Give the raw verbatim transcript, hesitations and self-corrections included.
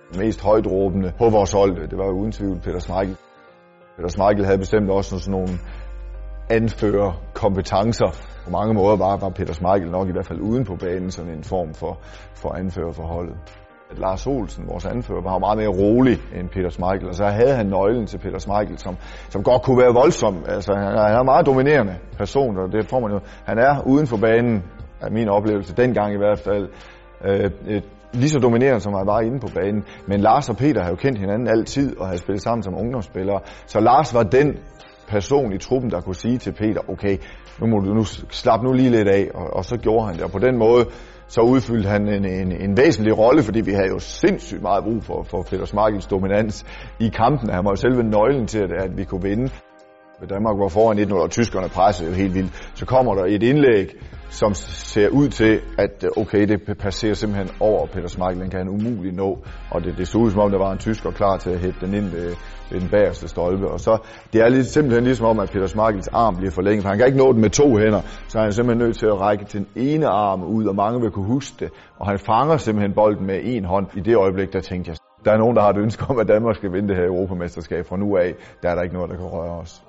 mest højdråbende på vores hold, det var jo uden tvivl Peter Schmeichel. Peter Schmeichel havde bestemt også sådan nogle anførerkompetencer. På mange måder var, var Peter Schmeichel nok i hvert fald uden på banen sådan en form for, for anfører for holdet. Lars Olsen, vores anfører, var meget mere rolig end Peter Schmeichel, og så havde han nøglen til Peter Schmeichel, som, som godt kunne være voldsom. Altså, han er en meget dominerende person, og det får man jo. Han er uden for banen, af min oplevelse, dengang i hvert fald, øh, øh, lige så dominerende, som han var inde på banen. Men Lars og Peter har jo kendt hinanden altid, og havde spillet sammen som ungdomsspillere. Så Lars var den person i truppen, der kunne sige til Peter, okay, nu må du nu slappe nu lige lidt af, og, og så gjorde han det. Og på den måde, så udfyldte han en, en, en væsentlig rolle, fordi vi havde jo sindssygt meget brug for, for Peter Schmeichels dominans i kampen. Han var jo selve nøglen til, at, at vi kunne vinde. Danmark var foran et nul, og tyskerne pressede jo helt vildt. Så kommer der et indlæg, som ser ud til, at okay, det passerer simpelthen over Peter Schmeichel, den kan han umuligt nå. Og det, det stod ud som om, der var en tysker klar til at hætte den ind ved, ved den bagerste stolpe. Og så, det er lidt, simpelthen ligesom om, at Peter Schmeichels arm bliver forlænget, for han kan ikke nå den med to hænder, så han er simpelthen nødt til at række den ene arm ud, og mange vil kunne huske det. Og han fanger simpelthen bolden med en hånd. I det øjeblik, der tænkte jeg, der er nogen, der har et ønske om, at Danmark skal vinde det her Europamesterskab fra nu af. Der er der ikke noget, der kan røre os.